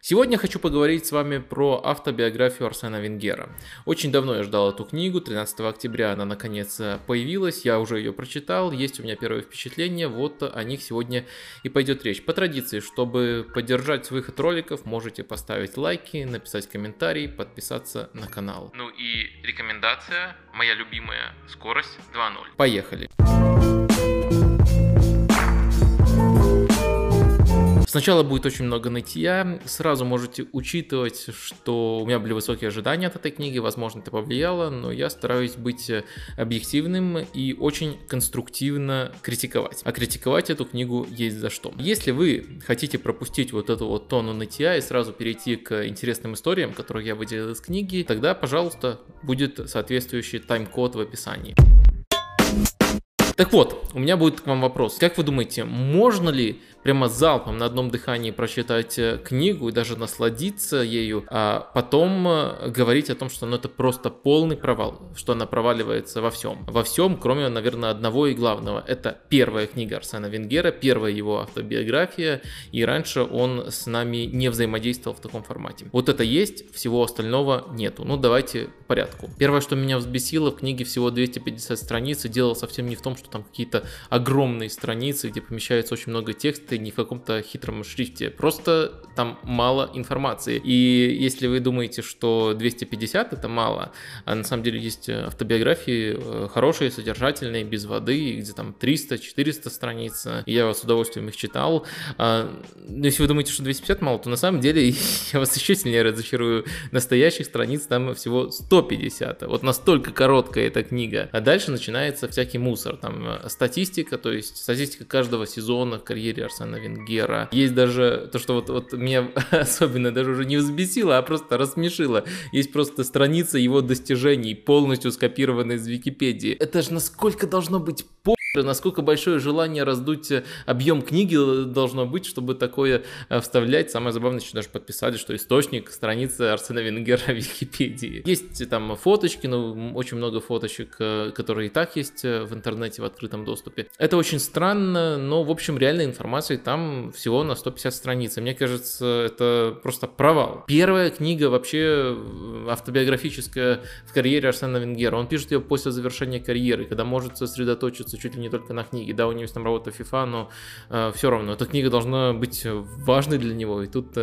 Сегодня хочу поговорить с вами про автобиографию Арсена Венгера. Очень давно я ждал эту книгу, 13 октября она наконец появилась, я уже ее прочитал, есть у меня первые впечатления, вот о них сегодня и пойдет речь. По традиции, чтобы поддержать выход роликов, можете поставить лайки, написать комментарий, подписаться на канал. Ну и рекомендация, моя любимая, скорость 2.0. Поехали! Сначала будет очень много нытья, сразу можете учитывать, что у меня были высокие ожидания от этой книги, возможно, это повлияло, но я стараюсь быть объективным и очень конструктивно критиковать. А критиковать эту книгу есть за что. Если вы хотите пропустить вот эту вот тонну нытья и сразу перейти к интересным историям, которые я выделил из книги, тогда, пожалуйста, будет соответствующий тайм-код в описании. Так вот, у меня будет к вам вопрос. Как вы думаете, можно ли прямо залпом на одном дыхании прочитать книгу и даже насладиться ею, а потом говорить о том, что это просто полный провал, что она проваливается во всем? Во всем, кроме, наверное, одного и главного. Это первая книга Арсена Венгера, первая его автобиография, и раньше он с нами не взаимодействовал в таком формате. Вот это есть, всего остального нету. Ну, давайте по порядку. Первое, что меня взбесило, в книге всего 250 страниц, и дело совсем не в том, что там какие-то огромные страницы, где помещается очень много текста, не в каком-то хитром шрифте. Просто там мало информации. И если вы думаете, что 250 это мало, а на самом деле есть автобиографии хорошие, содержательные, без воды, где там 300-400 страниц. И я с удовольствием их читал. Но если вы думаете, что 250 мало, то на самом деле я вас еще сильнее разочарую. Настоящих страниц там всего 150. Вот настолько короткая эта книга. А дальше начинается всякий мусор. Там статистика, то есть статистика каждого сезона в карьере Арсена Венгера. Есть даже то, что вот меня особенно даже уже не взбесило, а просто рассмешило. Есть просто страница его достижений, полностью скопированная из Википедии. Это же насколько должно быть насколько большое желание раздуть объем книги должно быть, чтобы такое вставлять. Самое забавное, что даже подписали, что источник страницы Арсена Венгера в Википедии. Есть там фоточки, очень много фоточек, которые и так есть в интернете в открытом доступе. Это очень странно, но, в общем, реальной информации там всего на 150 страниц. И мне кажется, это просто провал. Первая книга вообще автобиографическая в карьере Арсена Венгера. Он пишет ее после завершения карьеры, когда может сосредоточиться чуть ли не только на книге. Да, у него есть там работа FIFA, но все равно эта книга должна быть важной для него. И тут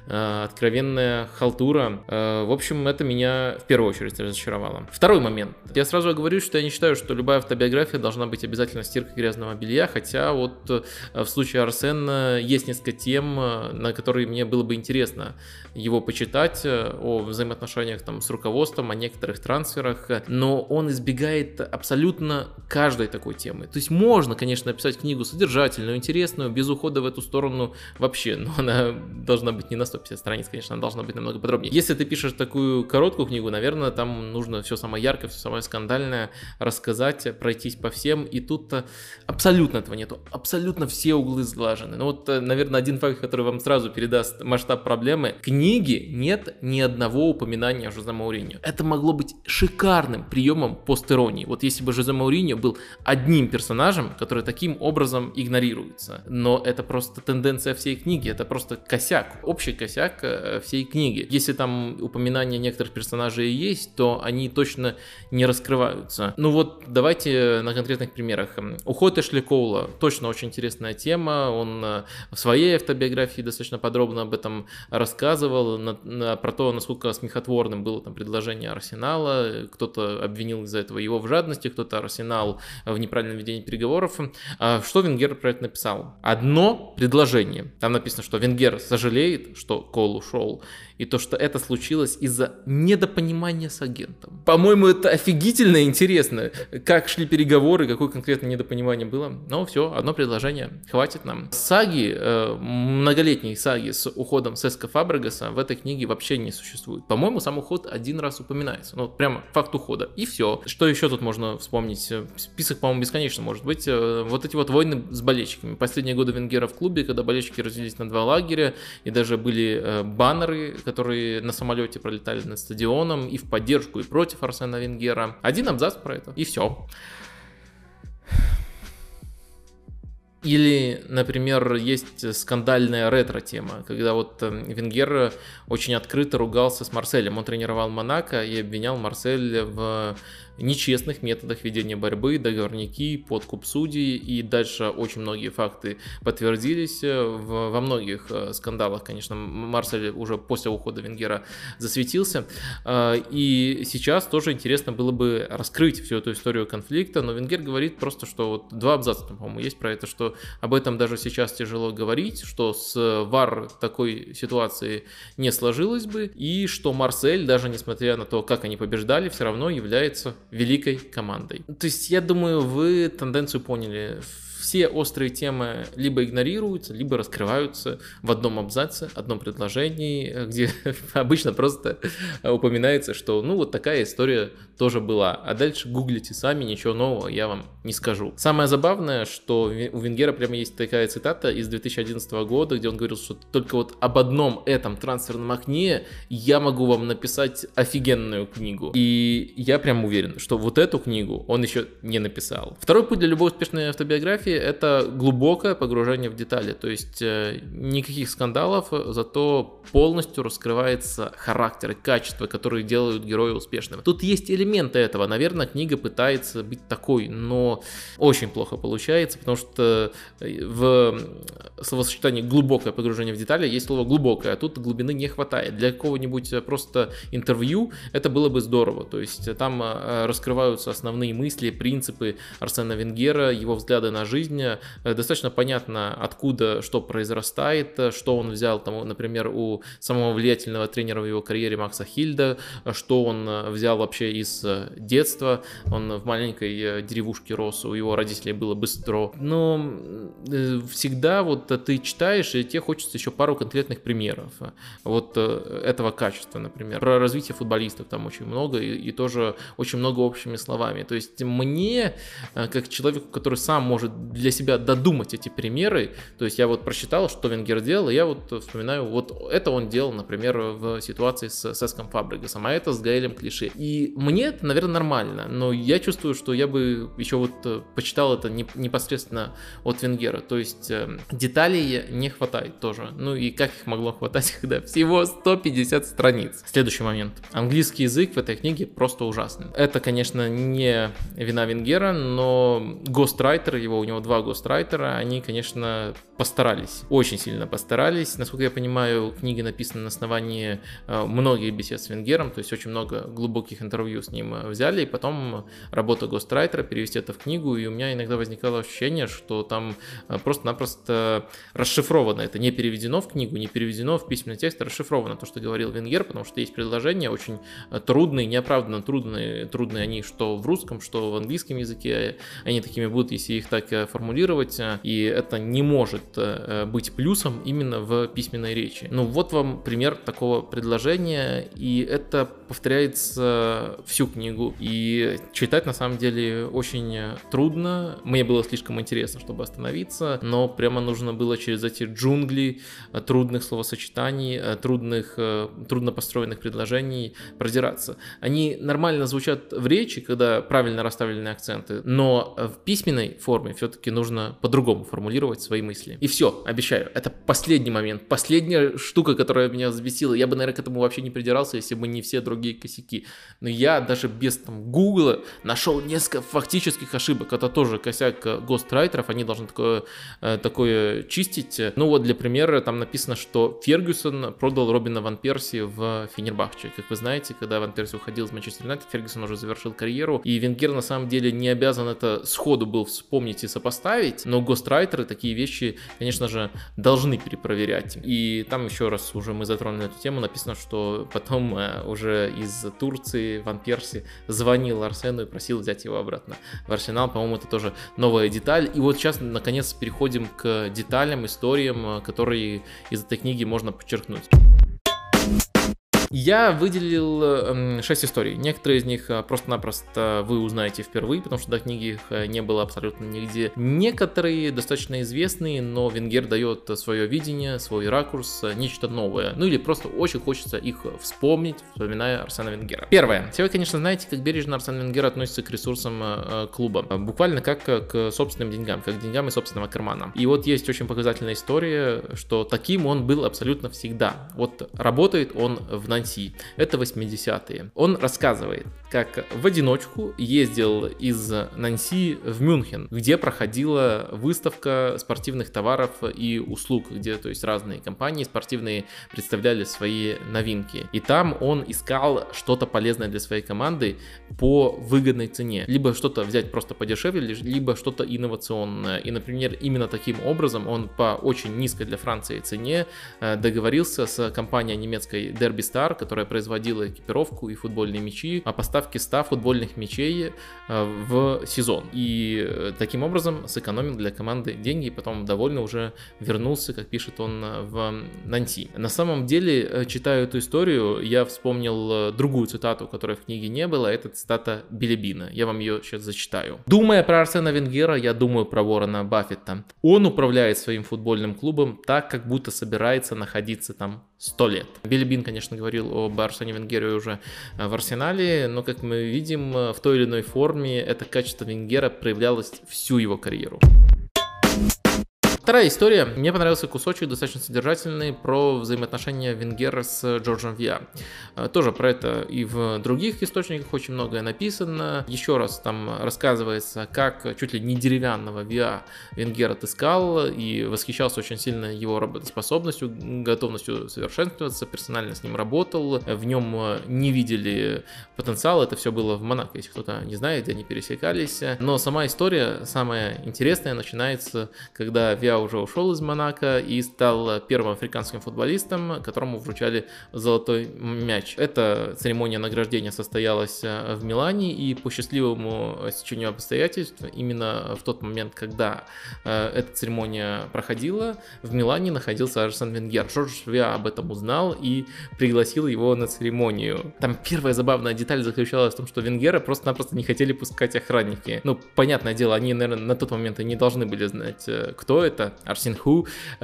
откровенная халтура. В общем, это меня в первую очередь разочаровало. Второй момент. Я сразу говорю, что я не считаю, что любая автобиография должна быть обязательно стиркой грязного белья, хотя вот в случае Арсена есть несколько тем, на которые мне было бы интересно его почитать, о взаимоотношениях там с руководством, о некоторых трансферах, но он избегает абсолютно каждой такой темы. То есть можно, конечно, написать книгу содержательную, интересную, без ухода в эту сторону вообще, но она должна быть не на 150 страниц, конечно, она должна быть намного подробнее. Если ты пишешь такую короткую книгу, наверное, там нужно все самое яркое, все самое скандальное рассказать, пройтись по всем, и тут абсолютно этого нету, абсолютно все углы сглажены. Ну вот, наверное, один факт, который вам сразу передаст масштаб проблемы. В книге нет ни одного упоминания о Жозе Мауриньо. Это могло быть шикарным приемом постиронии. Вот если бы Жозе Мауриньо был одним персонажем, который таким образом игнорируется. Но это просто тенденция всей книги, это просто косяк, общий косяк всей книги. Если там упоминания некоторых персонажей есть, то они точно не раскрываются. Ну вот, давайте на конкретных примерах. Уход Эшли Коула, точно очень интересная тема, он в своей автобиографии достаточно подробно об этом рассказывал, про то, насколько смехотворным было там предложение Арсенала, кто-то обвинил из-за этого его в жадности, кто-то Арсенал в неправильном ведении переговоров. Что Венгер про это написал? Одно предложение. Там написано, что Венгер сожалеет, что Коул ушел, и то, что это случилось из-за недопонимания с агентом. По-моему, это офигительно интересно, как шли переговоры, какое конкретно недопонимание было. Но все, одно предложение, хватит нам. Саги, многолетней саги с уходом Сеска Фабрегаса в этой книге вообще не существует. По-моему, сам уход один раз упоминается. Ну, прямо факт ухода. И все. Что еще тут можно вспомнить? Список, по-моему, бесконечно может быть. Вот эти вот войны с болельщиками. Последние годы Венгера в клубе, когда болельщики разделились на два лагеря, и даже были баннеры, которые на самолете пролетали над стадионом и в поддержку, и против Арсена Венгера. Один абзац про это, и все. Или, например, есть скандальная ретро-тема, когда вот Венгер очень открыто ругался с Марселем. Он тренировал Монако и обвинял Марселя в нечестных методах ведения борьбы, договорники, подкуп судей, и дальше очень многие факты подтвердились во многих скандалах. Конечно, Марсель уже после ухода Венгера засветился, и сейчас тоже интересно было бы раскрыть всю эту историю конфликта, но Венгер говорит просто, что вот 2 абзаца, по-моему, есть про это, что об этом даже сейчас тяжело говорить, что с ВАР такой ситуации не сложилось бы, и что Марсель, даже несмотря на то, как они побеждали, все равно является великой командой. То есть, я думаю, вы тенденцию поняли. Все острые темы либо игнорируются, либо раскрываются в одном абзаце, одном предложении, где обычно просто упоминается, что ну вот такая история тоже была. А дальше гуглите сами, ничего нового я вам не скажу. Самое забавное, что у Венгера прямо есть такая цитата из 2011 года, где он говорил, что только вот об одном этом трансферном окне я могу вам написать офигенную книгу. И я прям уверен, что вот эту книгу он еще не написал. Второй путь для любой успешной автобиографии — это глубокое погружение в детали, то есть никаких скандалов, зато полностью раскрывается характер и качества, которые делают героя успешным. Тут есть элементы этого, наверное, книга пытается быть такой, но очень плохо получается, потому что в словосочетании глубокое погружение в детали есть слово глубокое, а тут глубины не хватает. Для какого-нибудь просто интервью это было бы здорово, то есть там раскрываются основные мысли, принципы Арсена Венгера, его взгляды на жизнь. Достаточно понятно, откуда что произрастает, что он взял, там, например, у самого влиятельного тренера в его карьере Макса Хильда, что он взял вообще из детства. Он в маленькой деревушке рос, у его родителей было быстро. Но всегда вот ты читаешь, и тебе хочется еще пару конкретных примеров вот этого качества, например. Про развитие футболистов там очень много, и тоже очень много общими словами. То есть мне, как человеку, который сам может для себя додумать эти примеры, то есть я вот прочитал, что Венгер делал, и я вот вспоминаю, вот это он делал, например, в ситуации с Сеском Фабрегасом, а это с Гаэлем Клише. И мне это, наверное, нормально, но я чувствую, что я бы еще вот почитал это непосредственно от Венгера, то есть деталей не хватает тоже. Ну и как их могло хватать, когда всего 150 страниц. Следующий момент. Английский язык в этой книге просто ужасный. Это, конечно, не вина Венгера, но гострайтер, у него 2 гострайтера, они, конечно, постарались, очень сильно постарались. Насколько я понимаю, книги написаны на основании многих бесед с Венгером, то есть очень много глубоких интервью с ним взяли, и потом работа гострайтера перевести это в книгу, и у меня иногда возникало ощущение, что там просто-напросто расшифровано, это не переведено в книгу, не переведено в письменный текст, а расшифровано то, что говорил Венгер, потому что есть предложения очень трудные, неоправданно трудные они что в русском, что в английском языке, они такими будут, если их так формулировать, и это не может быть плюсом именно в письменной речи. Ну вот вам пример такого предложения, и это повторяется всю книгу, и читать на самом деле очень трудно. Мне было слишком интересно, чтобы остановиться, но прямо нужно было через эти джунгли трудных словосочетаний, трудно построенных предложений продираться. Они нормально звучат в речи, когда правильно расставлены акценты, но в письменной форме все-таки нужно по-другому формулировать свои мысли. И все, обещаю, это последний момент, последняя штука, которая меня взбесила. Я бы, наверное, к этому вообще не придирался, если бы не все другие косяки. Но я даже без Гугла нашел несколько фактических ошибок. Это тоже косяк гострайтеров, они должны такое чистить. Ну вот, для примера, там написано, что Фергюсон продал Робина Ван Перси в Фенербахче. Как вы знаете, когда Ван Перси уходил из Манчестер Юнайтед, Фергюсон уже завершил карьеру, и Венгер на самом деле не обязан это сходу был вспомнить и сопоставить, но гострайтеры такие вещи, конечно же, должны перепроверять. И там еще раз уже мы затронули эту тему, написано, что потом уже из Турции Ван Перси звонил Арсену и просил взять его обратно в Арсенал. По-моему, это тоже новая деталь. И вот сейчас, наконец, переходим к деталям, историям, которые из этой книги можно подчеркнуть. Я выделил 6 историй. Некоторые из них просто-напросто вы узнаете впервые, потому что до книги их не было абсолютно нигде. Некоторые достаточно известные, но Венгер дает свое видение, свой ракурс, нечто новое. Ну или просто очень хочется их вспомнить, вспоминая Арсена Венгера. Первое. Все вы, конечно, знаете, как бережно Арсен Венгер относится к ресурсам клуба. Буквально как к собственным деньгам, как к деньгам из собственного кармана. И вот есть очень показательная история, что таким он был абсолютно всегда. Вот работает он в Нанси. Это 80-е. Он рассказывает, как в одиночку ездил из Нанси в Мюнхен, где проходила выставка спортивных товаров и услуг, где, то есть, разные компании спортивные представляли свои новинки. И там он искал что-то полезное для своей команды по выгодной цене. Либо что-то взять просто подешевле, либо что-то инновационное. И, например, именно таким образом он по очень низкой для Франции цене договорился с компанией немецкой Derby Star, которая производила экипировку и футбольные мячи, о поставке 100 футбольных мячей в сезон. И таким образом сэкономил для команды деньги, и потом довольно уже вернулся, как пишет он, в Нанси. На самом деле, читая эту историю, я вспомнил другую цитату, которой в книге не было. Это цитата Билибина. Я вам ее сейчас зачитаю. Думая про Арсена Венгера, я думаю про Уоррена Баффета. Он управляет своим футбольным клубом так, как будто собирается находиться там 100 лет. Билибин, конечно, говорил об Арсене Венгере уже в Арсенале, но, как мы видим, в той или иной форме это качество Венгера проявлялось всю его карьеру. Вторая история. Мне понравился кусочек, достаточно содержательный, про взаимоотношения Венгера с Джорджем Виа. Тоже про это и в других источниках очень многое написано. Еще раз там рассказывается, как чуть ли не деревянного Виа Венгер отыскал и восхищался очень сильно его работоспособностью, готовностью совершенствоваться, персонально с ним работал, в нем не видели потенциала. Это все было в Монако, если кто-то не знает, где они пересекались. Но сама история, самая интересная, начинается, когда Виа уже ушел из Монако и стал первым африканским футболистом, которому вручали золотой мяч. Эта церемония награждения состоялась в Милане, и по счастливому стечению обстоятельств, именно в тот момент, когда эта церемония проходила, в Милане находился Арсен Венгер. Жорж Виа об этом узнал и пригласил его на церемонию. Там первая забавная деталь заключалась в том, что Венгера просто-напросто не хотели пускать охранники. Ну, понятное дело, они, наверное, на тот момент и не должны были знать, кто это, Арсен Ху,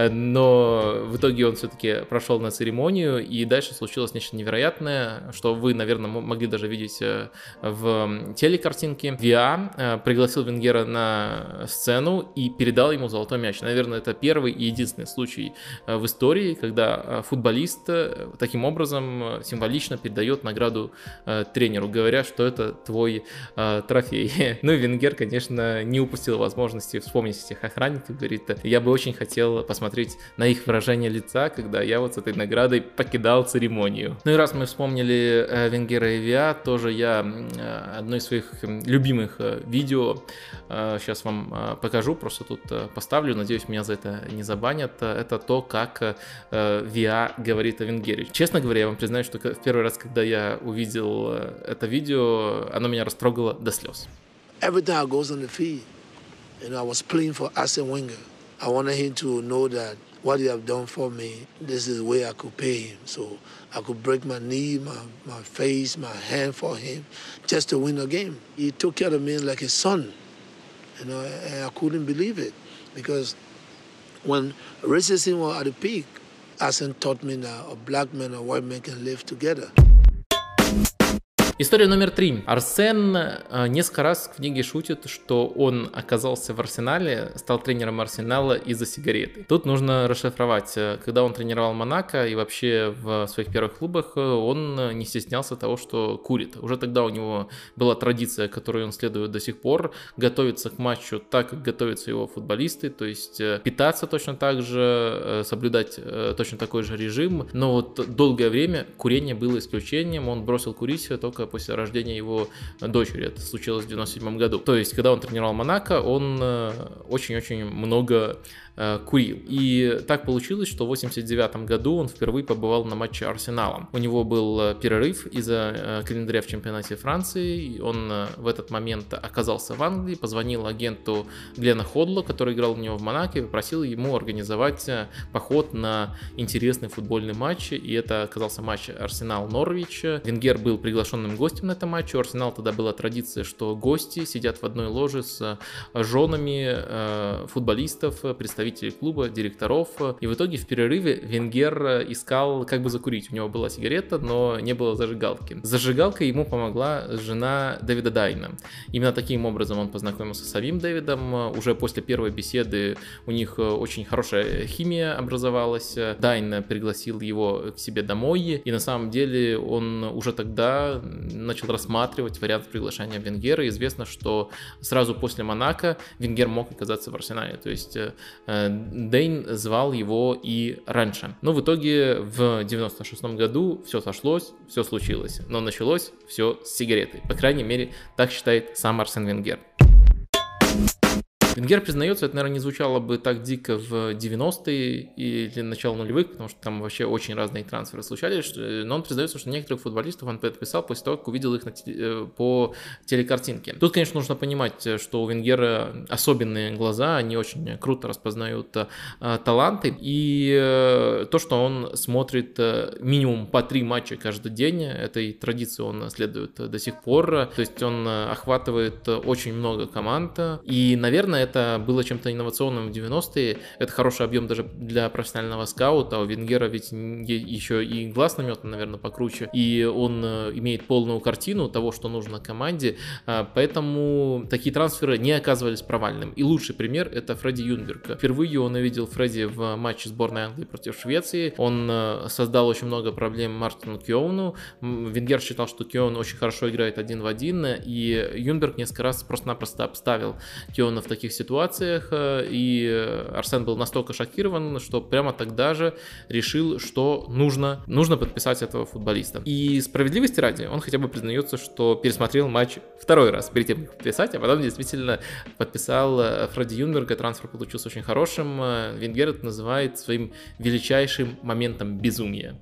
но в итоге он все-таки прошел на церемонию, и дальше случилось нечто невероятное, что вы, наверное, могли даже видеть в телекартинке. Виа пригласил Венгера на сцену и передал ему золотой мяч. Наверное, это первый и единственный случай в истории, когда футболист таким образом символично передает награду тренеру, говоря, что это твой трофей. Ну и Венгер, конечно, не упустил возможности вспомнить этих охранников, говорит, я бы очень хотел посмотреть на их выражение лица, когда я вот с этой наградой покидал церемонию. Ну и раз мы вспомнили Венгера и Виа, тоже я одно из своих любимых видео сейчас вам покажу, просто тут поставлю, надеюсь, меня за это не забанят. Это то, как Виа говорит о Венгере. Честно говоря, я вам признаюсь, что в первый раз, когда я увидел это видео, оно меня растрогало до слез. Every time I goes on the field, you know, I was playing for Arsene Wenger. I wanted him to know that what he have done for me, this is the way I could pay him. So I could break my knee, my face, my hand for him, just to win a game. He took care of me like his son, you know, and I couldn't believe it. Because when racism was at the peak, Arsene taught me that a black man and a white man can live together. История номер 3. Арсен несколько раз в книге шутит, что он оказался в Арсенале, стал тренером Арсенала из-за сигареты. Тут нужно расшифровать. Когда он тренировал Монако и вообще в своих первых клубах, он не стеснялся того, что курит. Уже тогда у него была традиция, которой он следует до сих пор, готовиться к матчу так, как готовятся его футболисты, то есть питаться точно так же, соблюдать точно такой же режим. Но вот долгое время курение было исключением, он бросил курить только после рождения его дочери. Это случилось в 97 году. То есть, когда он тренировал Монако, он очень-очень много курил. И так получилось, что в 89 году он впервые побывал на матче Арсенала. У него был перерыв из-за календаря в чемпионате Франции. Он в этот момент оказался в Англии, позвонил агенту Глена Ходла, который играл у него в Монако, и попросил ему организовать поход на интересный футбольный матч. И это оказался матч Арсенал-Норвич. Венгер был приглашенным гостем на этом матче. У Арсенала тогда была традиция, что гости сидят в одной ложе с женами футболистов, представителей клуба, директоров. И в итоге в перерыве Венгер искал, как бы закурить. У него была сигарета, но не было зажигалки. С зажигалкой ему помогла жена Дэвида Дайна. Именно таким образом он познакомился с самим Дэвидом. Уже после первой беседы у них очень хорошая химия образовалась. Дайн пригласил его к себе домой, и на самом деле он уже тогда начал рассматривать вариант приглашения Венгера. Известно, что сразу после Монако Венгер мог оказаться в Арсенале, то есть Дэйн звал его и раньше. Но в итоге в 96 году все сошлось, все случилось, но началось все с сигареты. По крайней мере, так считает сам Арсен Венгер. Венгер признается, это, наверное, не звучало бы так дико в 90-е или начало нулевых, потому что там вообще очень разные трансферы случались, но он признается, что некоторых футболистов он подписал после того, как увидел их по телекартинке. Тут, конечно, нужно понимать, что у Венгера особенные глаза, они очень круто распознают таланты, и то, что он смотрит минимум по 3 матча каждый день, этой традиции он следует до сих пор, то есть он охватывает очень много команд, и, наверное, это было чем-то инновационным в 90-е. Это хороший объем даже для профессионального скаута. У Венгера ведь еще и глаз наметан, наверное, покруче. И он имеет полную картину того, что нужно команде. Поэтому такие трансферы не оказывались провальным. И лучший пример — это Фредди Юнберг. Впервые он увидел Фредди в матче сборной Англии против Швеции. Он создал очень много проблем Мартину Кьоуну. Венгер считал, что Кьоун очень хорошо играет 1 в 1. И Юнберг несколько раз просто-напросто обставил Кьоуна в таких ситуациях, и Арсен был настолько шокирован, что прямо тогда же решил, что нужно подписать этого футболиста. И справедливости ради, он хотя бы признается, что пересмотрел матч 2-й раз перед тем, как подписать, а потом действительно подписал Фредди Юнберга. Трансфер получился очень хорошим. Венгер это называет своим величайшим моментом безумия.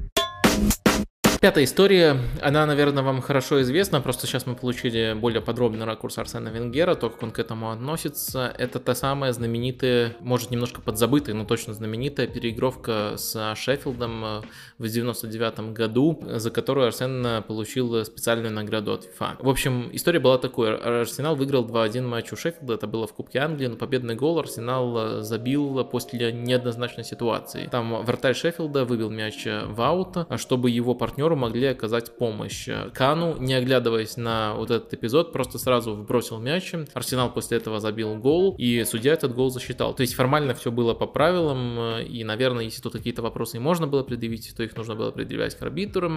Пятая история, она, наверное, вам хорошо известна, просто сейчас мы получили более подробный ракурс Арсена Венгера, то, как он к этому относится. Это та самая знаменитая, может немножко подзабытая, но точно знаменитая переигровка с Шеффилдом в 99 году, за которую Арсен получил специальную награду от FIFA. В общем, история была такой: Арсенал выиграл 2-1 матч у Шеффилда, это было в Кубке Англии, но победный гол Арсенал забил после неоднозначной ситуации. Там вратарь Шеффилда выбил мяч в аут, чтобы его партнеру могли оказать помощь. Кану, не оглядываясь на вот этот эпизод, просто сразу вбросил мяч. Арсенал после этого забил гол, и судья этот гол засчитал. То есть формально все было по правилам, и, наверное, если тут какие-то вопросы и можно было предъявить, то их нужно было предъявлять к арбитрам.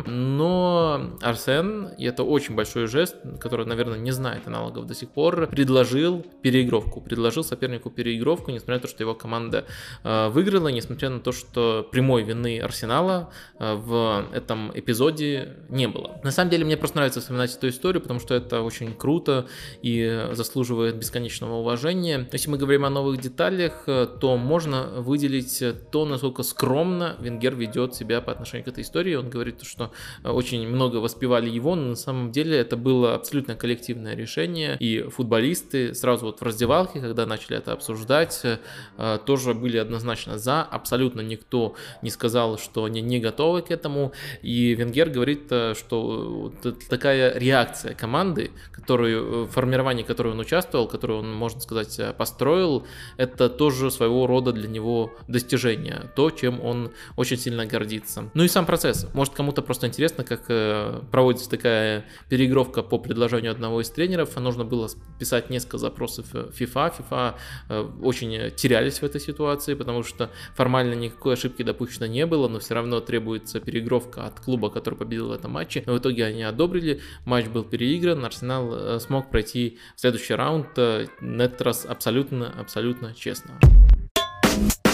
Но Арсен, и это очень большой жест, который, наверное, не знает аналогов до сих пор, предложил переигровку. Предложил сопернику переигровку, несмотря на то, что его команда выиграла, несмотря на то, что прямой вины Арсенала в этом эпизоде не было. На самом деле, мне просто нравится вспоминать эту историю, потому что это очень круто и заслуживает бесконечного уважения. Если мы говорим о новых деталях, то можно выделить то, насколько скромно Венгер ведет себя по отношению к этой истории. Он говорит, что очень много воспевали его, но на самом деле это было абсолютно коллективное решение, и футболисты сразу вот в раздевалке, когда начали это обсуждать, тоже были однозначно за. Абсолютно никто не сказал, что они не готовы к этому, и Венгер говорит, что такая реакция команды, в формировании которой он участвовал, которую он, можно сказать, построил, это тоже своего рода для него достижение, то, чем он очень сильно гордится. Ну и сам процесс. Может, кому-то просто интересно, как проводится такая переигровка по предложению одного из тренеров. Нужно было писать несколько запросов FIFA. FIFA очень терялись в этой ситуации, потому что формально никакой ошибки допущено не было, но все равно требуется переигровка от клуба, который победил в этом матче. Но в итоге они одобрили, матч был переигран, Арсенал смог пройти в следующий раунд, на этот раз абсолютно честно.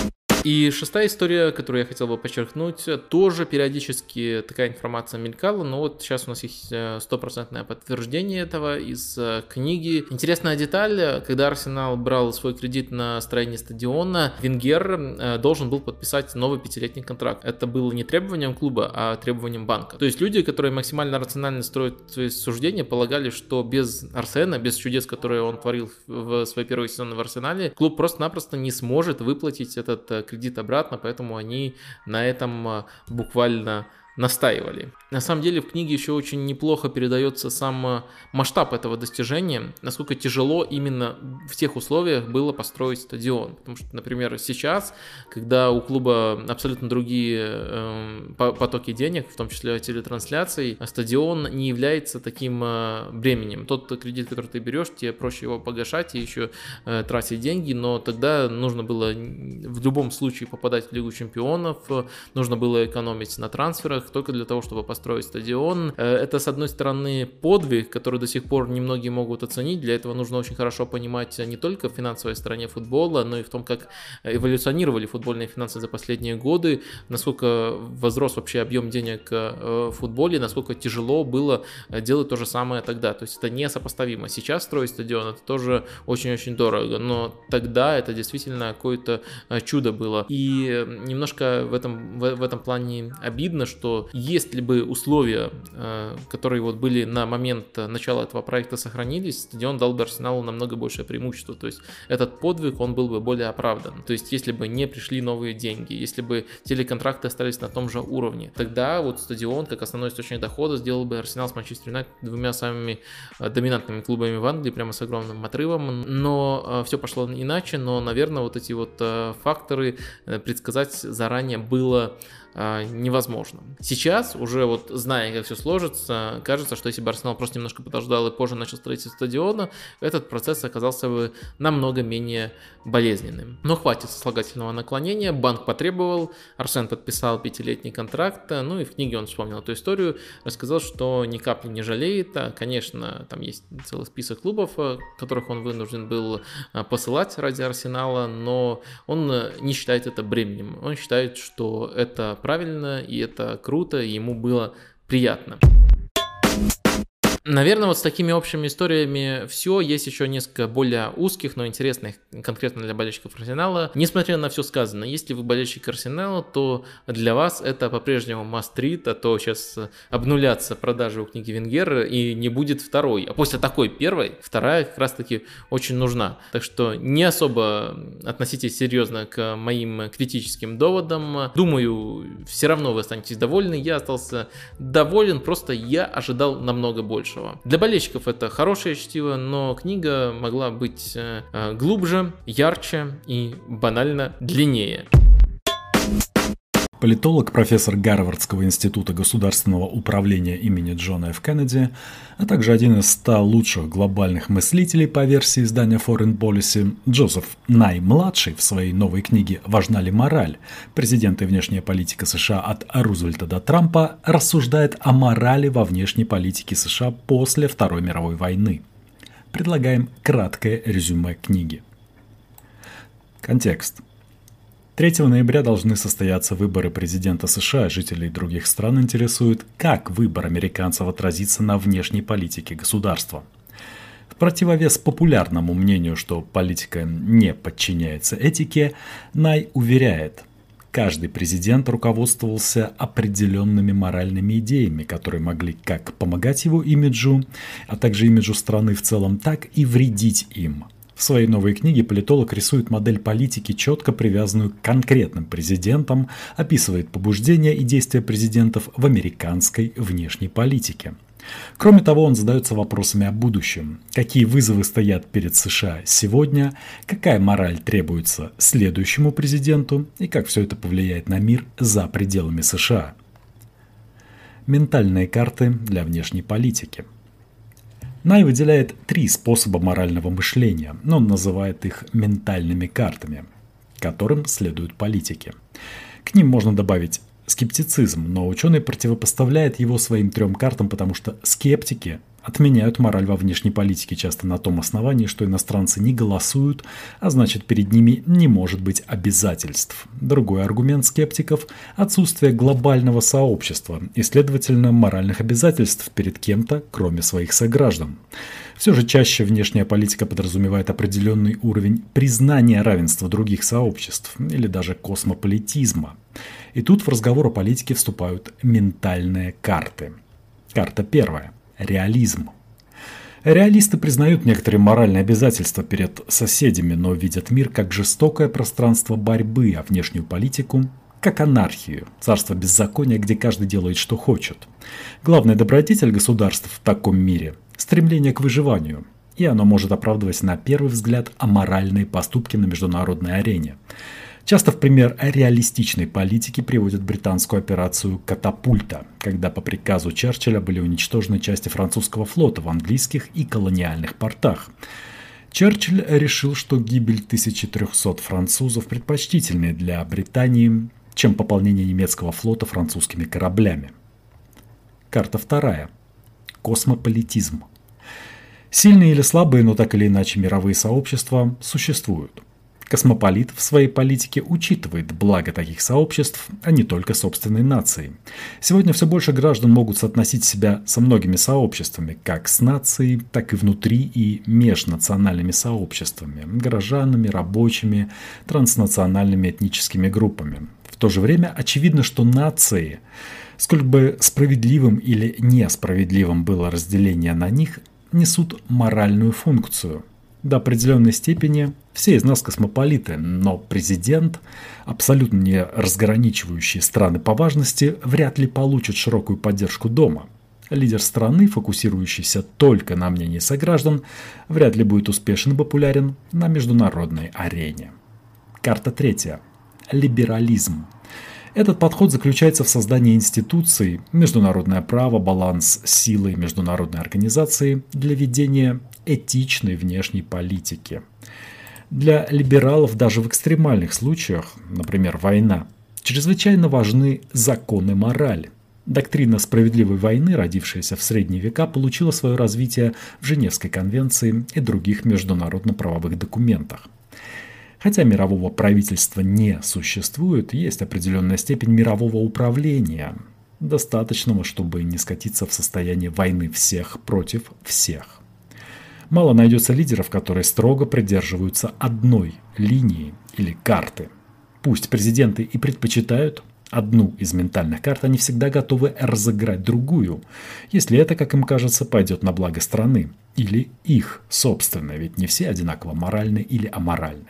И шестая история, которую я хотел бы подчеркнуть, тоже периодически такая информация мелькала, но вот сейчас у нас есть стопроцентное подтверждение этого из книги. Интересная деталь, когда Арсенал брал свой кредит на строение стадиона, Венгер должен был подписать новый 5-летний контракт. Это было не требованием клуба, а требованием банка. То есть люди, которые максимально рационально строят свои суждения, полагали, что без Арсена, без чудес, которые он творил в свои первые сезоны в Арсенале, клуб просто-напросто не сможет выплатить этот кредит обратно, поэтому они на этом буквально настаивали. На самом деле в книге еще очень неплохо передается сам масштаб этого достижения, насколько тяжело именно в тех условиях было построить стадион. Потому что, например, сейчас, когда у клуба абсолютно другие потоки денег, в том числе телетрансляций, стадион не является таким бременем. Тот кредит, который ты берешь, тебе проще его погашать и еще тратить деньги, но тогда нужно было в любом случае попадать в Лигу чемпионов, нужно было экономить на трансферах, только для того, чтобы построить стадион. Это, с одной стороны, подвиг, который до сих пор немногие могут оценить. Для этого нужно очень хорошо понимать не только в финансовой стороне футбола, но и в том, как эволюционировали футбольные финансы за последние годы, насколько возрос вообще объем денег в футболе, насколько тяжело было делать то же самое тогда. То есть это несопоставимо. Сейчас строить стадион — это тоже очень-очень дорого, но тогда это действительно какое-то чудо было. И немножко в этом плане обидно, что если бы условия, которые вот были на момент начала этого проекта, сохранились, стадион дал бы Арсеналу намного большее преимущество. То есть этот подвиг, он был бы более оправдан. То есть если бы не пришли новые деньги, если бы телеконтракты остались на том же уровне, тогда вот стадион, как основной источник дохода, сделал бы Арсенал с Манчестер Юнайтед двумя самыми доминантными клубами в Англии, прямо с огромным отрывом. Но все пошло иначе, но, наверное, вот эти вот факторы предсказать заранее было невозможно. Сейчас, уже вот зная, как все сложится, кажется, что если бы Арсенал просто немножко подождал и позже начал строительство стадиона, этот процесс оказался бы намного менее болезненным. Но хватит сослагательного наклонения, банк потребовал, Арсен подписал 5-летний контракт, ну и в книге он вспомнил эту историю, рассказал, что ни капли не жалеет. Конечно, там есть целый список клубов, которых он вынужден был посылать ради Арсенала, но он не считает это бременем. Он считает, что это правильно, и это круто, и ему было приятно. Наверное, вот с такими общими историями все. Есть еще несколько более узких, но интересных конкретно для болельщиков Арсенала. Несмотря на все сказанное, если вы болельщик Арсенала, то для вас это по-прежнему must-read, а то сейчас обнулятся продажи у книги Венгера и не будет второй. А после такой первой, вторая как раз-таки очень нужна. Так что не особо относитесь серьезно к моим критическим доводам. Думаю, все равно вы останетесь довольны. Я остался доволен, просто я ожидал намного больше. Для болельщиков это хорошее чтиво, но книга могла быть глубже, ярче и банально длиннее. Политолог, профессор Гарвардского института государственного управления имени Джона Ф. Кеннеди, а также один из 100 лучших глобальных мыслителей по версии издания Foreign Policy, Джозеф Най-младший в своей новой книге «Важна ли мораль? Президент и внешняя политика США от Рузвельта до Трампа» рассуждает о морали во внешней политике США после Второй мировой войны. Предлагаем краткое резюме книги. Контекст. 3 ноября должны состояться выборы президента США. Жителей других стран интересует, как выбор американцев отразится на внешней политике государства. В противовес популярному мнению, что политика не подчиняется этике, Най уверяет, каждый президент руководствовался определенными моральными идеями, которые могли как помогать его имиджу, а также имиджу страны в целом, так и вредить им. В своей новой книге политолог рисует модель политики, четко привязанную к конкретным президентам, описывает побуждения и действия президентов в американской внешней политике. Кроме того, он задается вопросами о будущем. Какие вызовы стоят перед США сегодня, какая мораль требуется следующему президенту и как все это повлияет на мир за пределами США. Ментальные карты для внешней политики. Най выделяет 3 способа морального мышления, но он называет их ментальными картами, которым следуют политики. К ним можно добавить скептицизм, но ученый противопоставляет его своим 3 картам, потому что скептики отменяют мораль во внешней политике часто на том основании, что иностранцы не голосуют, а значит перед ними не может быть обязательств. Другой аргумент скептиков – отсутствие глобального сообщества и, следовательно, моральных обязательств перед кем-то, кроме своих сограждан. Все же чаще внешняя политика подразумевает определенный уровень признания равенства других сообществ или даже космополитизма. И тут в разговор о политике вступают ментальные карты. Карта 1. Реализм. Реалисты признают некоторые моральные обязательства перед соседями, но видят мир как жестокое пространство борьбы, а внешнюю политику как анархию, царство беззакония, где каждый делает, что хочет. Главный добродетель государств в таком мире – стремление к выживанию, и оно может оправдывать на первый взгляд аморальные поступки на международной арене. Часто в пример реалистичной политики приводят британскую операцию «Катапульта», когда по приказу Черчилля были уничтожены части французского флота в английских и колониальных портах. Черчилль решил, что гибель 1300 французов предпочтительнее для Британии, чем пополнение немецкого флота французскими кораблями. Карта 2. Космополитизм. Сильные или слабые, но так или иначе мировые сообщества существуют. Космополит в своей политике учитывает благо таких сообществ, а не только собственной нации. Сегодня все больше граждан могут соотносить себя со многими сообществами, как с нацией, так и внутри и межнациональными сообществами, горожанами, рабочими, транснациональными этническими группами. В то же время очевидно, что нации, сколь бы справедливым или несправедливым было разделение на них, несут моральную функцию. До определенной степени все из нас космополиты, но президент, абсолютно не разграничивающий страны по важности, вряд ли получит широкую поддержку дома. Лидер страны, фокусирующийся только на мнении сограждан, вряд ли будет успешен и популярен на международной арене. Карта 3. Либерализм. Этот подход заключается в создании институций, международное право, баланс силы международной организации для ведения этичной внешней политики. Для либералов даже в экстремальных случаях, например, война, чрезвычайно важны законы морали. Доктрина справедливой войны, родившаяся в средние века, получила свое развитие в Женевской конвенции и других международно-правовых документах. Хотя мирового правительства не существует, есть определенная степень мирового управления, достаточного, чтобы не скатиться в состояние войны всех против всех. Мало найдется лидеров, которые строго придерживаются одной линии или карты. Пусть президенты и предпочитают одну из ментальных карт, они всегда готовы разыграть другую, если это, как им кажется, пойдет на благо страны или их собственное, ведь не все одинаково моральны или аморальны.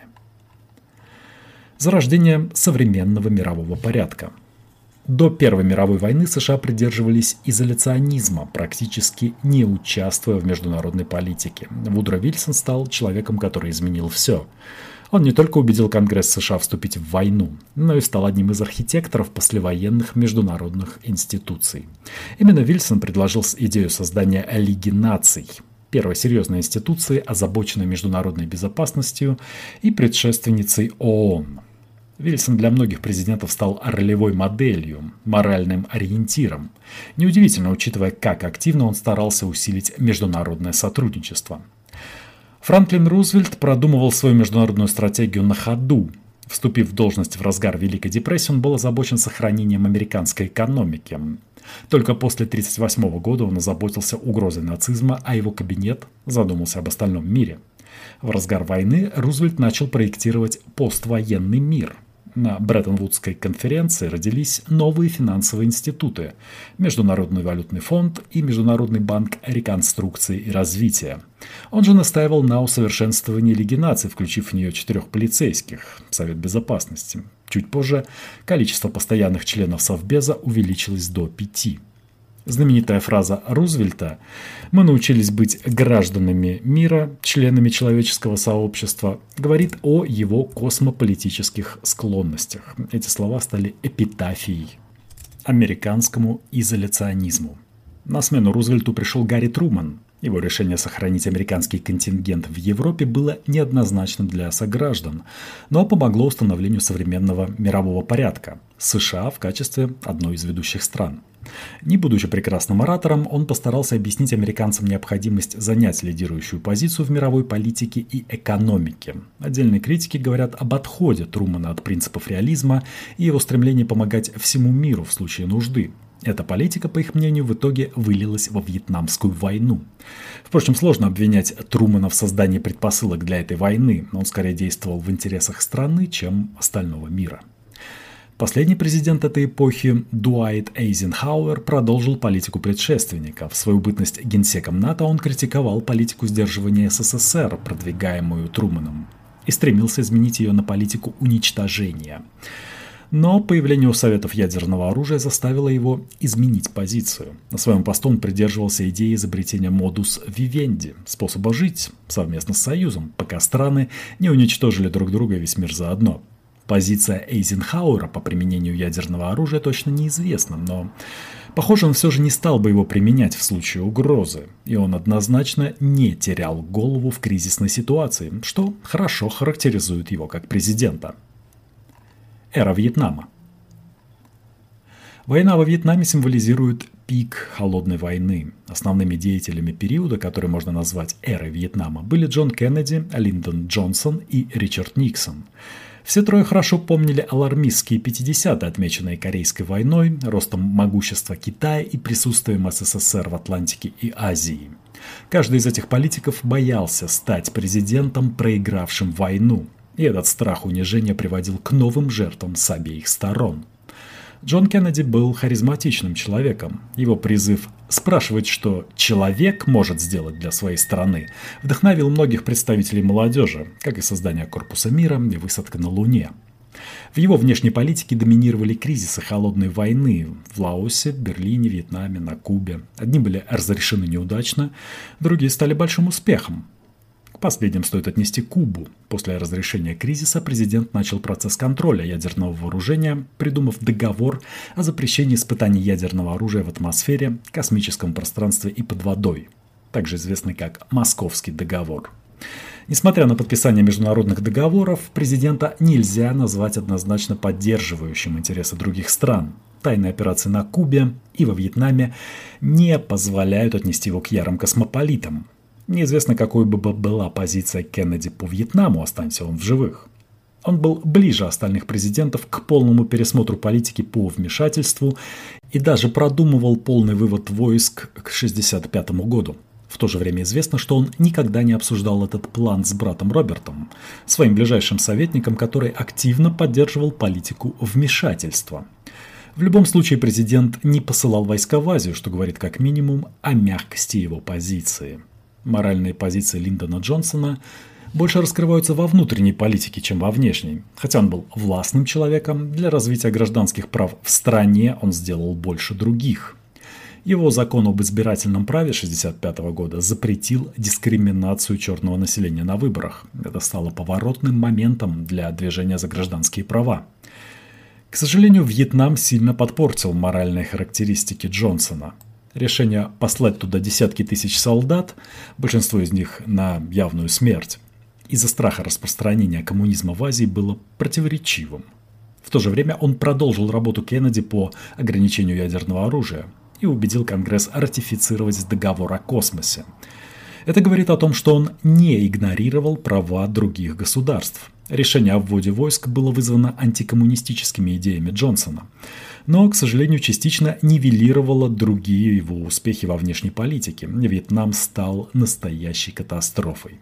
Зарождение современного мирового порядка. До Первой мировой войны США придерживались изоляционизма, практически не участвуя в международной политике. Вудро Вильсон стал человеком, который изменил все. Он не только убедил Конгресс США вступить в войну, но и стал одним из архитекторов послевоенных международных институций. Именно Вильсон предложил идею создания Лиги наций, первой серьезной институции, озабоченной международной безопасностью и предшественницей ООН. Вильсон для многих президентов стал ролевой моделью, моральным ориентиром. Неудивительно, учитывая, как активно он старался усилить международное сотрудничество. Франклин Рузвельт продумывал свою международную стратегию на ходу. Вступив в должность в разгар Великой депрессии, он был озабочен сохранением американской экономики. Только после 1938 года он озаботился угрозой нацизма, а его кабинет задумался об остальном мире. В разгар войны Рузвельт начал проектировать поствоенный мир. На Бреттон-Вудской конференции родились новые финансовые институты – Международный валютный фонд и Международный банк реконструкции и развития. Он же настаивал на усовершенствовании Лиги наций, включив в нее 4 полицейских – Совет безопасности. Чуть позже количество постоянных членов Совбеза увеличилось до 5. Знаменитая фраза Рузвельта «Мы научились быть гражданами мира, членами человеческого сообщества» говорит о его космополитических склонностях. Эти слова стали эпитафией американскому изоляционизму. На смену Рузвельту пришел Гарри Труман. Его решение сохранить американский контингент в Европе было неоднозначным для сограждан, но помогло установлению современного мирового порядка – США в качестве одной из ведущих стран. Не будучи прекрасным оратором, он постарался объяснить американцам необходимость занять лидирующую позицию в мировой политике и экономике. Отдельные критики говорят об отходе Трумэна от принципов реализма и его стремлении помогать всему миру в случае нужды. Эта политика, по их мнению, в итоге вылилась во Вьетнамскую войну. Впрочем, сложно обвинять Трумэна в создании предпосылок для этой войны, но он скорее действовал в интересах страны, чем остального мира. Последний президент этой эпохи, Дуайт Эйзенхауэр, продолжил политику предшественника. В свою бытность генсеком НАТО он критиковал политику сдерживания СССР, продвигаемую Трумэном, и стремился изменить ее на политику уничтожения. Но появление у Советов ядерного оружия заставило его изменить позицию. На своем посту он придерживался идеи изобретения модус вивенди, способа жить совместно с Союзом, пока страны не уничтожили друг друга и весь мир заодно. Позиция Эйзенхауэра по применению ядерного оружия точно неизвестна, но, похоже, он все же не стал бы его применять в случае угрозы, и он однозначно не терял голову в кризисной ситуации, что хорошо характеризует его как президента. Эра Вьетнама. Война во Вьетнаме символизирует пик холодной войны. Основными деятелями периода, который можно назвать эрой Вьетнама, были Джон Кеннеди, Линдон Джонсон и Ричард Никсон. Все трое хорошо помнили алармистские 50-е, отмеченные Корейской войной, ростом могущества Китая и присутствием СССР в Атлантике и Азии. Каждый из этих политиков боялся стать президентом, проигравшим войну. И этот страх унижения приводил к новым жертвам с обеих сторон. Джон Кеннеди был харизматичным человеком. Его призыв спрашивать, что человек может сделать для своей страны, вдохновил многих представителей молодежи, как и создание Корпуса мира и высадка на Луне. В его внешней политике доминировали кризисы холодной войны в Лаосе, Берлине, Вьетнаме, на Кубе. Одни были разрешены неудачно, другие стали большим успехом. Последним стоит отнести Кубу. После разрешения кризиса президент начал процесс контроля ядерного вооружения, придумав договор о запрещении испытаний ядерного оружия в атмосфере, космическом пространстве и под водой, также известный как Московский договор. Несмотря на подписание международных договоров, президента нельзя назвать однозначно поддерживающим интересы других стран. Тайные операции на Кубе и во Вьетнаме не позволяют отнести его к ярым космополитам. Неизвестно, какой бы была позиция Кеннеди по Вьетнаму, останься он в живых. Он был ближе остальных президентов к полному пересмотру политики по вмешательству и даже продумывал полный вывод войск к 1965 году. В то же время известно, что он никогда не обсуждал этот план с братом Робертом, своим ближайшим советником, который активно поддерживал политику вмешательства. В любом случае президент не посылал войска в Азию, что говорит как минимум о мягкости его позиции. Моральные позиции Линдона Джонсона больше раскрываются во внутренней политике, чем во внешней. Хотя он был властным человеком, для развития гражданских прав в стране он сделал больше других. Его закон об избирательном праве 1965 года запретил дискриминацию черного населения на выборах. Это стало поворотным моментом для движения за гражданские права. К сожалению, Вьетнам сильно подпортил моральные характеристики Джонсона. Решение послать туда десятки тысяч солдат, большинство из них на явную смерть, из-за страха распространения коммунизма в Азии было противоречивым. В то же время он продолжил работу Кеннеди по ограничению ядерного оружия и убедил Конгресс ратифицировать договор о космосе. Это говорит о том, что он не игнорировал права других государств. Решение о вводе войск было вызвано антикоммунистическими идеями Джонсона, но, к сожалению, частично нивелировало другие его успехи во внешней политике. Вьетнам стал настоящей катастрофой.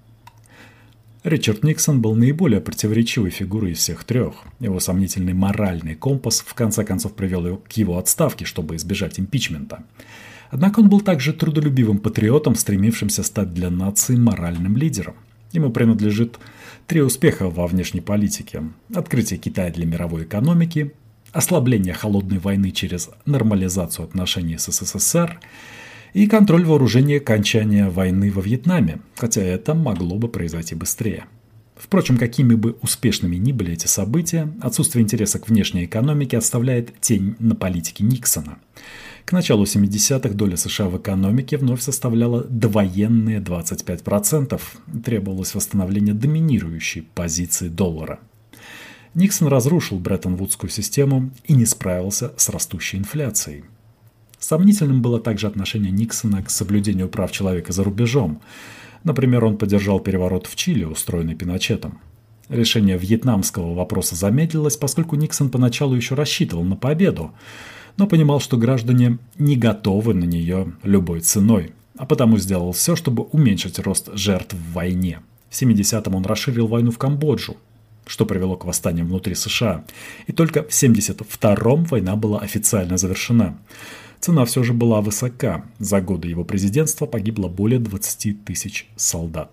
Ричард Никсон был наиболее противоречивой фигурой из всех трех. Его сомнительный моральный компас в конце концов привел к его отставке, чтобы избежать импичмента. Однако он был также трудолюбивым патриотом, стремившимся стать для нации моральным лидером. Ему принадлежит 3 успеха во внешней политике: открытие Китая для мировой экономики, ослабление холодной войны через нормализацию отношений с СССР и контроль вооружения окончания войны во Вьетнаме, хотя это могло бы произойти быстрее. Впрочем, какими бы успешными ни были эти события, отсутствие интереса к внешней экономике оставляет тень на политике Никсона. К К началу 70-х доля США в экономике вновь составляла довоенные 25%. Требовалось восстановление доминирующей позиции доллара. Никсон разрушил Бреттон-Вудскую систему и не справился с растущей инфляцией. Сомнительным было также отношение Никсона к соблюдению прав человека за рубежом. Например, он поддержал переворот в Чили, устроенный Пиночетом. Решение вьетнамского вопроса замедлилось, поскольку Никсон поначалу еще рассчитывал на победу, но понимал, что граждане не готовы на нее любой ценой, а потому сделал все, чтобы уменьшить рост жертв в войне. В 70-м он расширил войну в Камбоджу, что привело к восстаниям внутри США, и только в 72-м война была официально завершена. Цена все же была высока. За годы его президентства погибло более 20 тысяч солдат.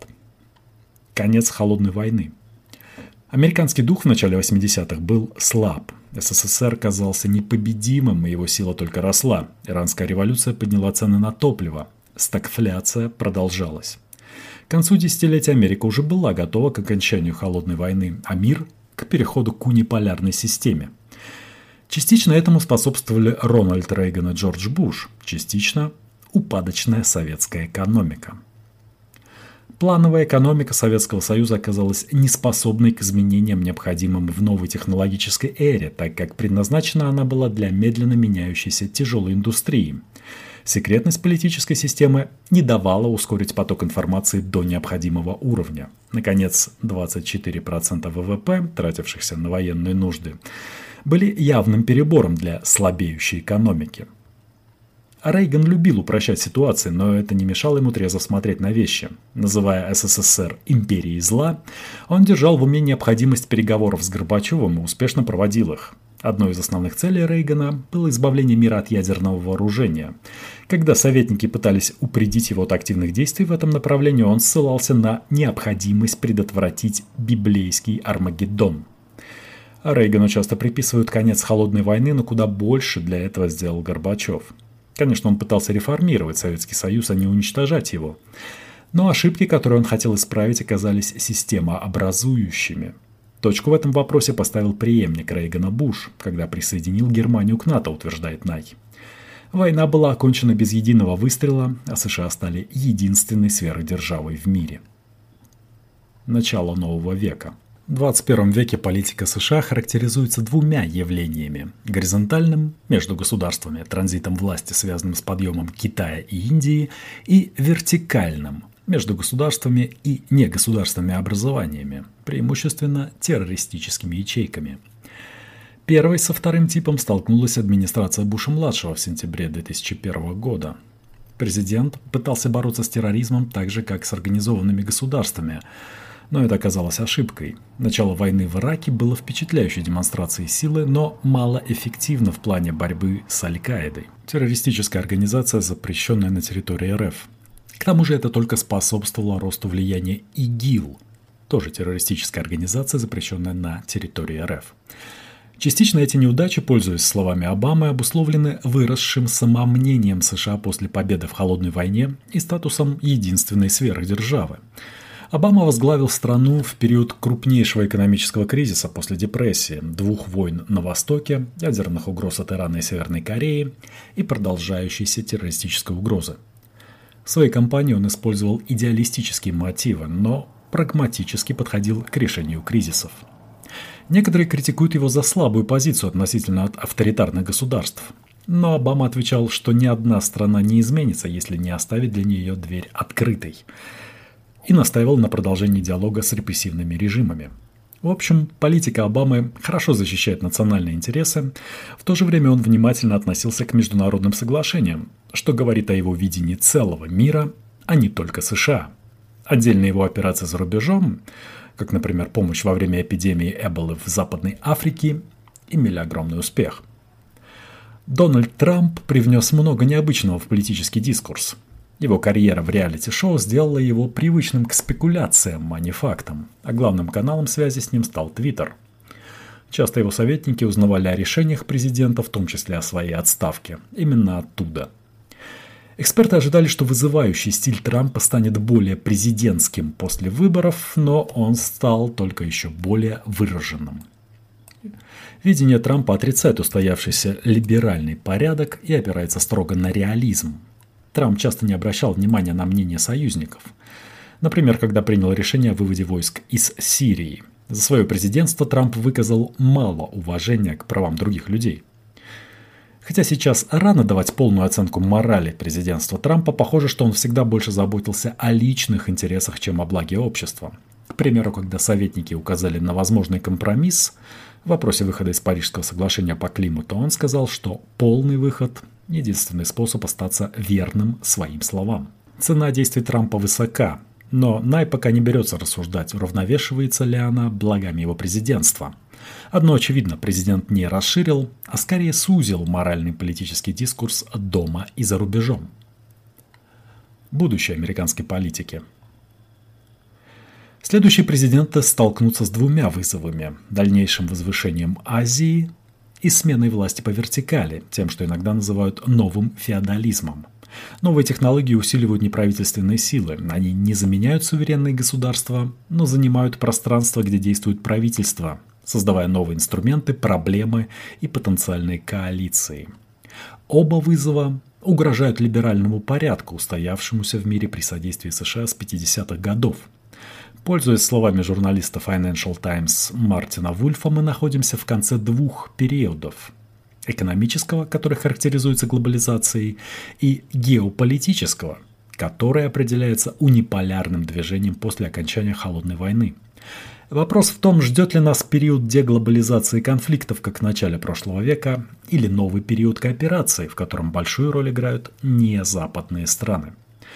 Конец холодной войны. Американский дух в начале 80-х был слаб. СССР казался непобедимым, и его сила только росла. Иранская революция подняла цены на топливо. Стагфляция продолжалась. К концу десятилетия Америка уже была готова к окончанию холодной войны, а мир – к переходу к униполярной системе. Частично этому способствовали Рональд Рейган и Джордж Буш, частично – упадочная советская экономика. Плановая экономика Советского Союза оказалась неспособной к изменениям, необходимым в новой технологической эре, так как предназначена она была для медленно меняющейся тяжелой индустрии. Секретность политической системы не давала ускорить поток информации до необходимого уровня. Наконец, 24% ВВП, тратившихся на военные нужды, были явным перебором для слабеющей экономики. Рейган любил упрощать ситуации, но это не мешало ему трезво смотреть на вещи. Называя СССР «империей зла», он держал в уме необходимость переговоров с Горбачевым и успешно проводил их. Одной из основных целей Рейгана было избавление мира от ядерного вооружения. Когда советники пытались упредить его от активных действий в этом направлении, он ссылался на необходимость предотвратить библейский Армагеддон. Рейгану часто приписывают конец холодной войны, но куда больше для этого сделал Горбачев. Конечно, он пытался реформировать Советский Союз, а не уничтожать его. Но ошибки, которые он хотел исправить, оказались системообразующими. Точку в этом вопросе поставил преемник Рейгана Буш, когда присоединил Германию к НАТО, утверждает Най. Война была окончена без единого выстрела, а США стали единственной сверхдержавой в мире. Начало нового века. В 21 веке политика США характеризуется двумя явлениями – горизонтальным, между государствами, транзитом власти, связанным с подъемом Китая и Индии, и вертикальным, между государствами и негосударственными образованиями, преимущественно террористическими ячейками. Первой со вторым типом столкнулась администрация Буша-младшего в сентябре 2001 года. Президент пытался бороться с терроризмом так же, как с организованными государствами, но это оказалось ошибкой. Начало войны в Ираке было впечатляющей демонстрацией силы, но малоэффективно в плане борьбы с Аль-Каидой. Террористическая организация, запрещенная на территории РФ. К тому же это только способствовало росту влияния ИГИЛ, тоже террористическая организация, запрещенная на территории РФ. Частично эти неудачи, пользуясь словами Обамы, обусловлены выросшим самомнением США после победы в холодной войне и статусом единственной сверхдержавы. Обама возглавил страну в период крупнейшего экономического кризиса после депрессии, двух войн на Востоке, ядерных угроз от Ирана и Северной Кореи и продолжающейся террористической угрозы. В своей кампании он использовал идеалистические мотивы, но прагматически подходил к решению кризисов. Некоторые критикуют его за слабую позицию относительно авторитарных государств. Но Обама отвечал, что ни одна страна не изменится, если не оставить для нее дверь открытой. И настаивал на продолжении диалога с репрессивными режимами. В общем, политика Обамы хорошо защищает национальные интересы, в то же время он внимательно относился к международным соглашениям, что говорит о его видении целого мира, а не только США. Отдельные его операции за рубежом, как, например, помощь во время эпидемии Эболы в Западной Африке, имели огромный успех. Дональд Трамп привнес много необычного в политический дискурс. Его карьера в реалити-шоу сделала его привычным к спекуляциям, а не фактам, а главным каналом связи с ним стал Твиттер. Часто его советники узнавали о решениях президента, в том числе о своей отставке, именно оттуда. Эксперты ожидали, что вызывающий стиль Трампа станет более президентским после выборов, но он стал только еще более выраженным. Видение Трампа отрицает устоявшийся либеральный порядок и опирается строго на реализм. Трамп часто не обращал внимания на мнение союзников. Например, когда принял решение о выводе войск из Сирии. За свое президентство Трамп выказал мало уважения к правам других людей. Хотя сейчас рано давать полную оценку морали президентства Трампа, похоже, что он всегда больше заботился о личных интересах, чем о благе общества. К примеру, когда советники указали на возможный компромисс в вопросе выхода из Парижского соглашения по климату, он сказал, что полный выход – единственный способ остаться верным своим словам. Цена действий Трампа высока, но Най пока не берется рассуждать, уравновешивается ли она благами его президентства. Одно очевидно, президент не расширил, а скорее сузил моральный политический дискурс дома и за рубежом. Будущее американской политики. Следующие президенты столкнутся с двумя вызовами – дальнейшим возвышением Азии и сменой власти по вертикали, тем, что иногда называют новым феодализмом. Новые технологии усиливают неправительственные силы. Они не заменяют суверенные государства, но занимают пространство, где действует правительство, создавая новые инструменты, проблемы и потенциальные коалиции. Оба вызова угрожают либеральному порядку, устоявшемуся в мире при содействии США с 50-х годов. Пользуясь словами журналиста Financial Times Мартина Вульфа, мы находимся в конце двух периодов. Экономического, который характеризуется глобализацией, и геополитического, который определяется униполярным движением после окончания Холодной войны. Вопрос в том, ждет ли нас период деглобализации конфликтов, как в начале прошлого века, или новый период кооперации, в котором большую роль играют не западные страны.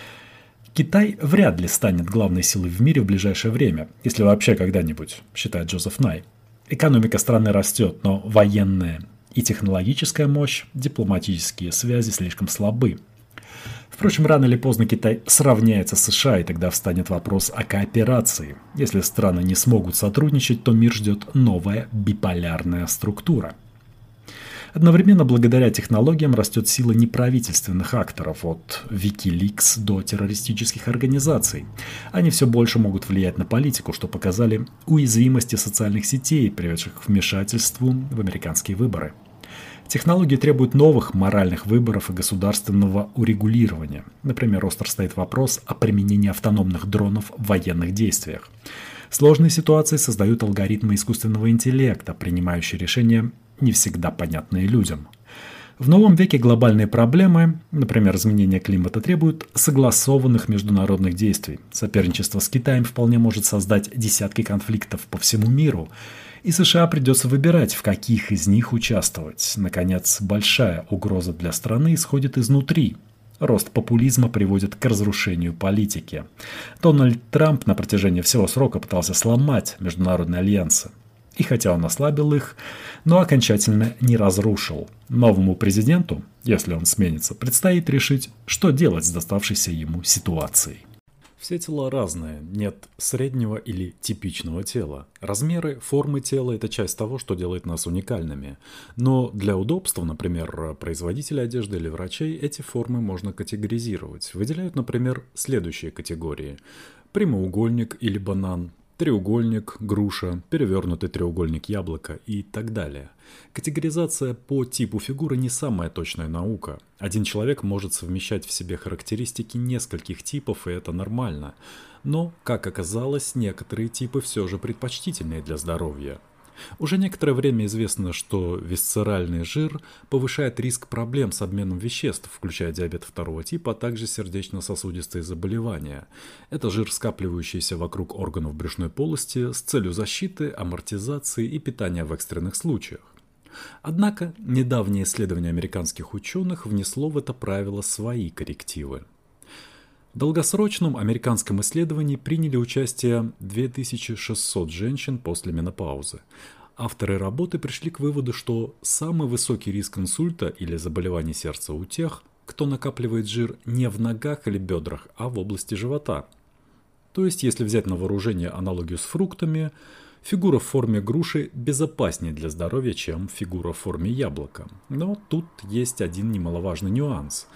Китай вряд ли станет главной силой в мире в ближайшее время, если вообще когда-нибудь, считает Джозеф Най. Экономика страны растет, но военная и технологическая мощь, дипломатические связи слишком слабы. Впрочем, рано или поздно Китай сравняется с США, и тогда встанет вопрос о кооперации. Если страны не смогут сотрудничать, то мир ждет новая биполярная структура. Одновременно благодаря технологиям растет сила неправительственных акторов, от Wikileaks до террористических организаций. Они все больше могут влиять на политику, что показали уязвимости социальных сетей, приведших к вмешательству в американские выборы. Технологии требуют новых моральных выборов и государственного урегулирования. Например, остро стоит вопрос о применении автономных дронов в военных действиях. Сложные ситуации создают алгоритмы искусственного интеллекта, принимающие решения, не всегда понятные людям. В новом веке глобальные проблемы, например, изменение климата, требуют согласованных международных действий. Соперничество с Китаем вполне может создать десятки конфликтов по всему миру, и США придется выбирать, в каких из них участвовать. Наконец, большая угроза для страны исходит изнутри. Рост популизма приводит к разрушению политики. Дональд Трамп на протяжении всего срока пытался сломать международные альянсы. И хотя он ослабил их, но окончательно не разрушил. Новому президенту, если он сменится, предстоит решить, что делать с доставшейся ему ситуацией. Все тела разные, нет среднего или типичного тела. Размеры, формы тела – это часть того, что делает нас уникальными. Но для удобства, например, производителя одежды или врачей, эти формы можно категоризировать. Выделяют, например, следующие категории. Прямоугольник или банан, треугольник, груша, перевернутый треугольник яблока и так далее. Категоризация по типу фигуры не самая точная наука. Один человек может совмещать в себе характеристики нескольких типов, и это нормально. Но, как оказалось, некоторые типы все же предпочтительнее для здоровья. Уже некоторое время известно, что висцеральный жир повышает риск проблем с обменом веществ, включая диабет второго типа, а также сердечно-сосудистые заболевания. Это жир, скапливающийся вокруг органов брюшной полости с целью защиты, амортизации и питания в экстренных случаях. Однако, недавнее исследование американских ученых внесло в это правило свои коррективы. В долгосрочном американском исследовании приняли участие 2600 женщин после менопаузы. Авторы работы пришли к выводу, что самый высокий риск инсульта или заболеваний сердца у тех, кто накапливает жир не в ногах или бедрах, а в области живота. То есть, если взять на вооружение аналогию с фруктами, фигура в форме груши безопаснее для здоровья, чем фигура в форме яблока. Но тут есть один немаловажный нюанс.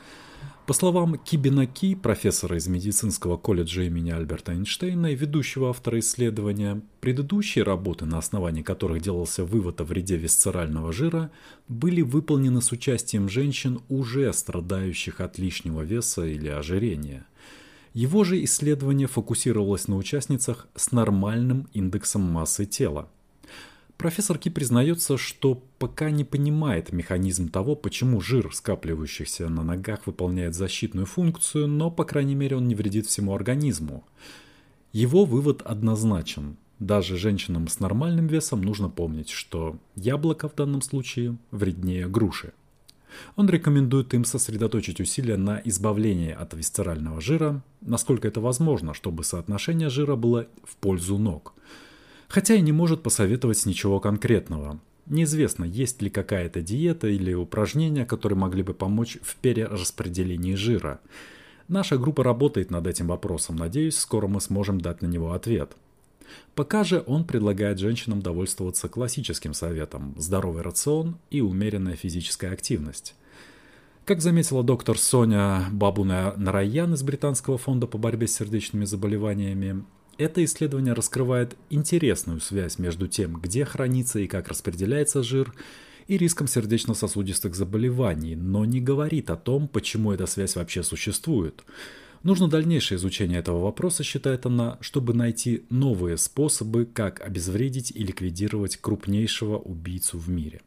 По словам Кибина Ки, профессора из медицинского колледжа имени Альберта Эйнштейна и ведущего автора исследования, предыдущие работы, на основании которых делался вывод о вреде висцерального жира, были выполнены с участием женщин, уже страдающих от лишнего веса или ожирения. Его же исследование фокусировалось на участницах с нормальным индексом массы тела. Профессор Ки признается, что пока не понимает механизм того, почему жир, скапливающийся на ногах, выполняет защитную функцию, но, по крайней мере, он не вредит всему организму. Его вывод однозначен. Даже женщинам с нормальным весом нужно помнить, что яблоко в данном случае вреднее груши. Он рекомендует им сосредоточить усилия на избавлении от висцерального жира, насколько это возможно, чтобы соотношение жира было в пользу ног. Хотя и не может посоветовать ничего конкретного. Неизвестно, есть ли какая-то диета или упражнения, которые могли бы помочь в перераспределении жира. Наша группа работает над этим вопросом, надеюсь, скоро мы сможем дать на него ответ. Пока же он предлагает женщинам довольствоваться классическим советом – здоровый рацион и умеренная физическая активность. Как заметила доктор Соня Бабу-Нараян из Британского фонда по борьбе с сердечными заболеваниями, это исследование раскрывает интересную связь между тем, где хранится и как распределяется жир, и риском сердечно-сосудистых заболеваний, но не говорит о том, почему эта связь вообще существует. Нужно дальнейшее изучение этого вопроса, считает она, чтобы найти новые способы, как обезвредить и ликвидировать крупнейшего убийцу в мире.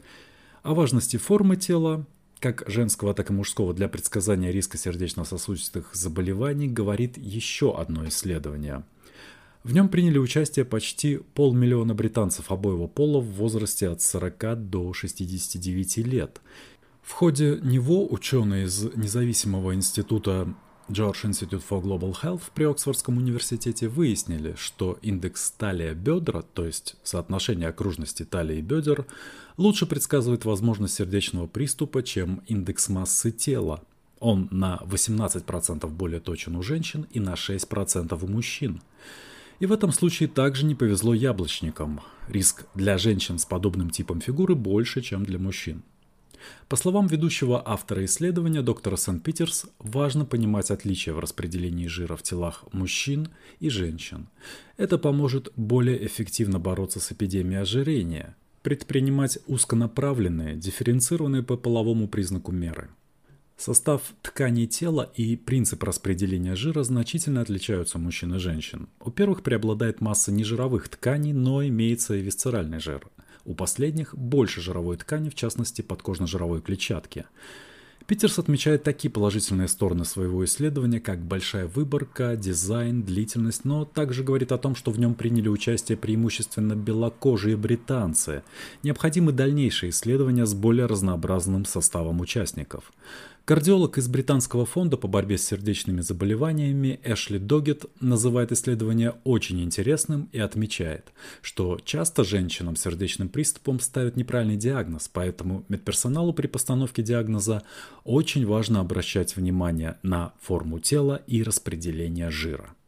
О важности формы тела, как женского, так и мужского, для предсказания риска сердечно-сосудистых заболеваний говорит еще одно исследование. В нем приняли участие почти 500 000 британцев обоего пола в возрасте от 40 до 69 лет. В ходе него ученые из независимого института George Institute for Global Health при Оксфордском университете выяснили, что индекс талия-бедра, то есть соотношение окружности талии и бедер, лучше предсказывает возможность сердечного приступа, чем индекс массы тела. Он на 18% более точен у женщин и на 6% у мужчин. И в этом случае также не повезло яблочникам. Риск для женщин с подобным типом фигуры больше, чем для мужчин. По словам ведущего автора исследования доктора Сент-Питерс, важно понимать отличия в распределении жира в телах мужчин и женщин. Это поможет более эффективно бороться с эпидемией ожирения, предпринимать узконаправленные, дифференцированные по половому признаку меры. Состав тканей тела и принцип распределения жира значительно отличаются у мужчин и женщин. У первых преобладает масса нежировых тканей, но имеется и висцеральный жир. У последних больше жировой ткани, в частности подкожно-жировой клетчатки. Питерс отмечает такие положительные стороны своего исследования, как большая выборка, дизайн, длительность, но также говорит о том, что в нем приняли участие преимущественно белокожие британцы. Необходимы дальнейшие исследования с более разнообразным составом участников. Кардиолог из Британского фонда по борьбе с сердечными заболеваниями Эшли Доггет называет исследование очень интересным и отмечает, что часто женщинам с сердечным приступом ставят неправильный диагноз, поэтому медперсоналу при постановке диагноза очень важно обращать внимание на форму тела и распределение жира.